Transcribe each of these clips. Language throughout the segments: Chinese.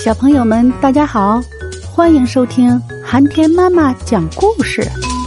小朋友们大家好，欢迎收听寒天妈妈讲故事。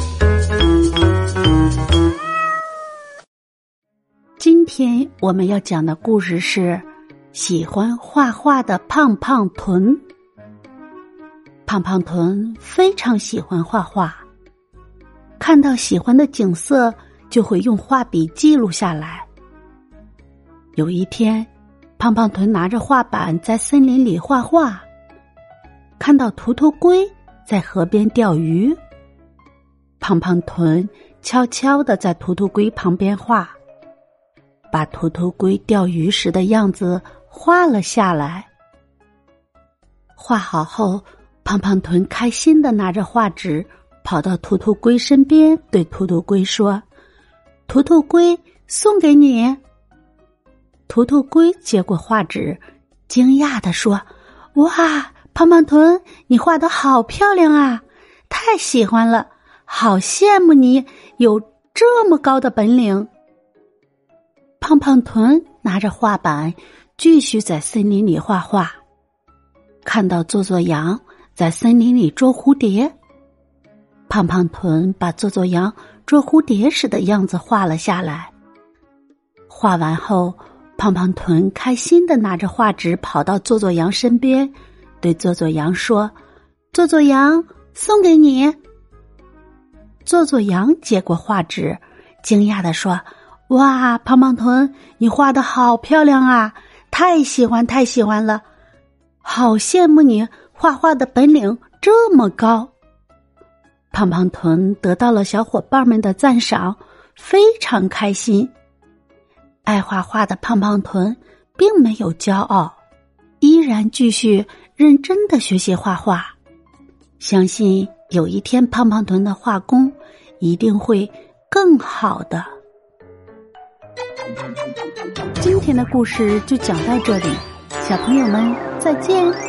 今天我们要讲的故事是喜欢画画的胖胖豚。胖胖豚非常喜欢画画，看到喜欢的景色就会用画笔记录下来。有一天，胖胖豚拿着画板在森林里画画，看到图图龟在河边钓鱼。胖胖豚悄悄地在图图龟旁边画，把图图龟钓鱼时的样子画了下来。画好后，胖胖豚开心地拿着画纸跑到图图龟身边，对图图龟说：“图图龟，送给你。”图图龟接过画纸，惊讶地说：“哇，胖胖豚，你画得好漂亮啊！太喜欢了，好羡慕你有这么高的本领。”胖胖豚拿着画板继续在森林里画画，看到做做羊在森林里捉蝴蝶，胖胖豚把做做羊捉蝴蝶时的样子画了下来。画完后，胖胖豚开心地拿着画纸跑到做做羊身边，对做做羊说：“做做羊，送给你。”做做羊接过画纸，惊讶地说：“哇，胖胖豚，你画得好漂亮啊！太喜欢了，好羡慕你画画的本领这么高。”胖胖豚得到了小伙伴们的赞赏，非常开心。爱画画的胖胖豚并没有骄傲，依然继续认真地学习画画。相信有一天胖胖豚的画工一定会更好的。今天的故事就讲到这里，小朋友们再见。